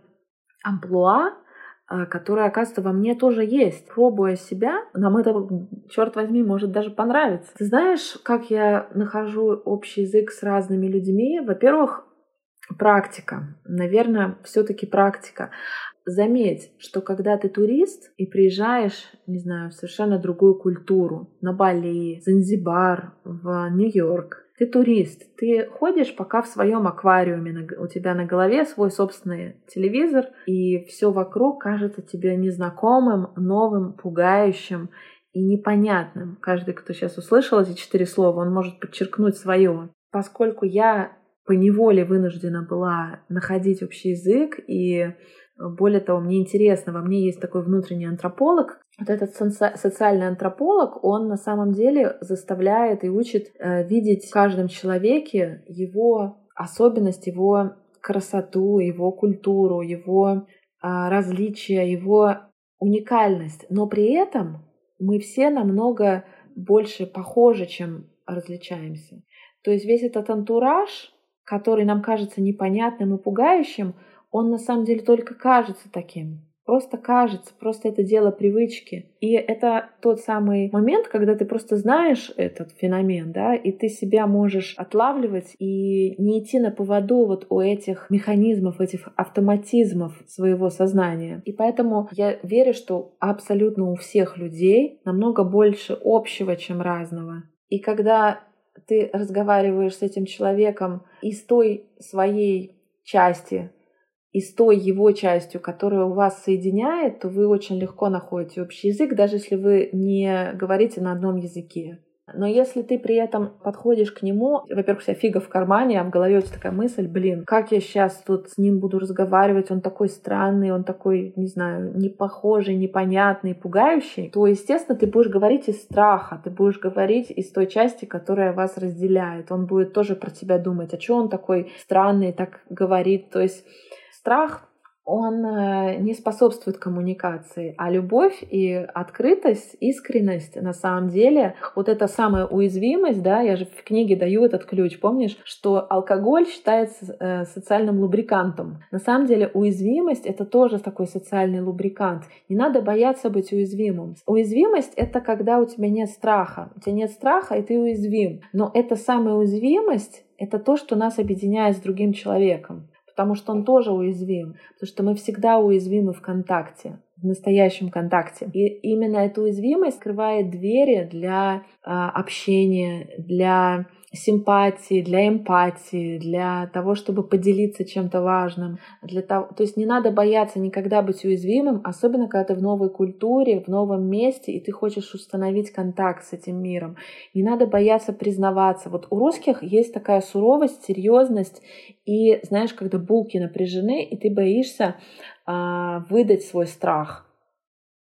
амплуа, которая, оказывается, во мне тоже есть. Пробуя себя, нам это, черт возьми, может даже понравиться. Ты знаешь, как я нахожу общий язык с разными людьми? Во-первых, практика. Наверное, все-таки практика. Заметь, что когда ты турист и приезжаешь, не знаю, в совершенно другую культуру, на Бали, Занзибар, в Нью-Йорк, ты турист, ты ходишь пока в своем аквариуме, у тебя на голове свой собственный телевизор, и все вокруг кажется тебе незнакомым, новым, пугающим и непонятным. Каждый, кто сейчас услышал эти 4 слова, он может подчеркнуть свое. Поскольку я поневоле вынуждена была находить общий язык, и более того, мне интересно, во мне есть такой внутренний антрополог. Вот этот социальный антрополог, он на самом деле заставляет и учит видеть в каждом человеке его особенность, его красоту, его культуру, его различия, его уникальность. Но при этом мы все намного больше похожи, чем различаемся. То есть весь этот антураж, который нам кажется непонятным и пугающим, он на самом деле только кажется таким. Просто кажется, просто это дело привычки. И это тот самый момент, когда ты просто знаешь этот феномен, да, и ты себя можешь отлавливать и не идти на поводу вот у этих механизмов, этих автоматизмов своего сознания. И поэтому я верю, что абсолютно у всех людей намного больше общего, чем разного. И когда ты разговариваешь с этим человеком из той своей части, и с той его частью, которая у вас соединяет, то вы очень легко находите общий язык, даже если вы не говорите на одном языке. Но если ты при этом подходишь к нему, во-первых, у тебя фига в кармане, а в голове у тебя такая мысль, как я сейчас тут с ним буду разговаривать, он такой странный, он такой, не знаю, непохожий, непонятный, пугающий, то, естественно, ты будешь говорить из страха, ты будешь говорить из той части, которая вас разделяет. Он будет тоже про тебя думать, а что он такой странный, так говорит, то есть страх, он не способствует коммуникации, а любовь и открытость, искренность, на самом деле, вот эта самая уязвимость, да, я же в книге даю этот ключ, помнишь, что алкоголь считается социальным лубрикантом. На самом деле уязвимость — это тоже такой социальный лубрикант. Не надо бояться быть уязвимым. Уязвимость — это когда у тебя нет страха. У тебя нет страха, и ты уязвим. Но эта самая уязвимость — это то, что нас объединяет с другим человеком. Потому что он тоже уязвим, потому что мы всегда уязвимы в контакте, в настоящем контакте. И именно эта уязвимость скрывает двери для общения, для симпатии, для эмпатии, для того, чтобы поделиться чем-то важным. То есть не надо бояться никогда быть уязвимым, особенно когда ты в новой культуре, в новом месте, и ты хочешь установить контакт с этим миром. Не надо бояться признаваться. Вот у русских есть такая суровость, серьезность, и знаешь, когда булки напряжены, и ты боишься выдать свой страх.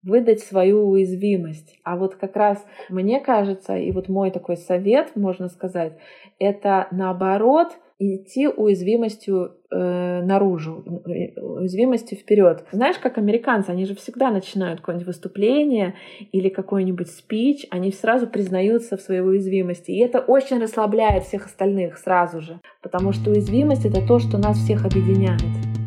выдать свою уязвимость. А вот как раз мне кажется, и вот мой такой совет, можно сказать, это наоборот идти уязвимостью наружу, уязвимостью вперед. Знаешь, как американцы, они же всегда начинают какое-нибудь выступление или какой-нибудь спич, они сразу признаются в своей уязвимости. И это очень расслабляет всех остальных сразу же, потому что уязвимость — это то, что нас всех объединяет.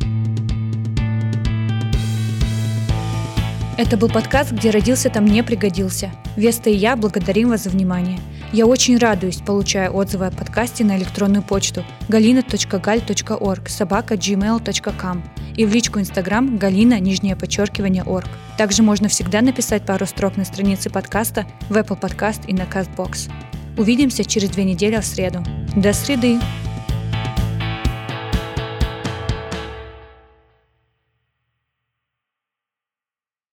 Это был подкаст «Где родился, там не пригодился». Веста и я благодарим вас за внимание. Я очень радуюсь, получая отзывы о подкасте на электронную почту galina.gal.org@gmail.com и в личку Instagram galina_org. Также можно всегда написать пару строк на странице подкаста в Apple Podcast и на CastBox. Увидимся через 2 недели в среду. До среды!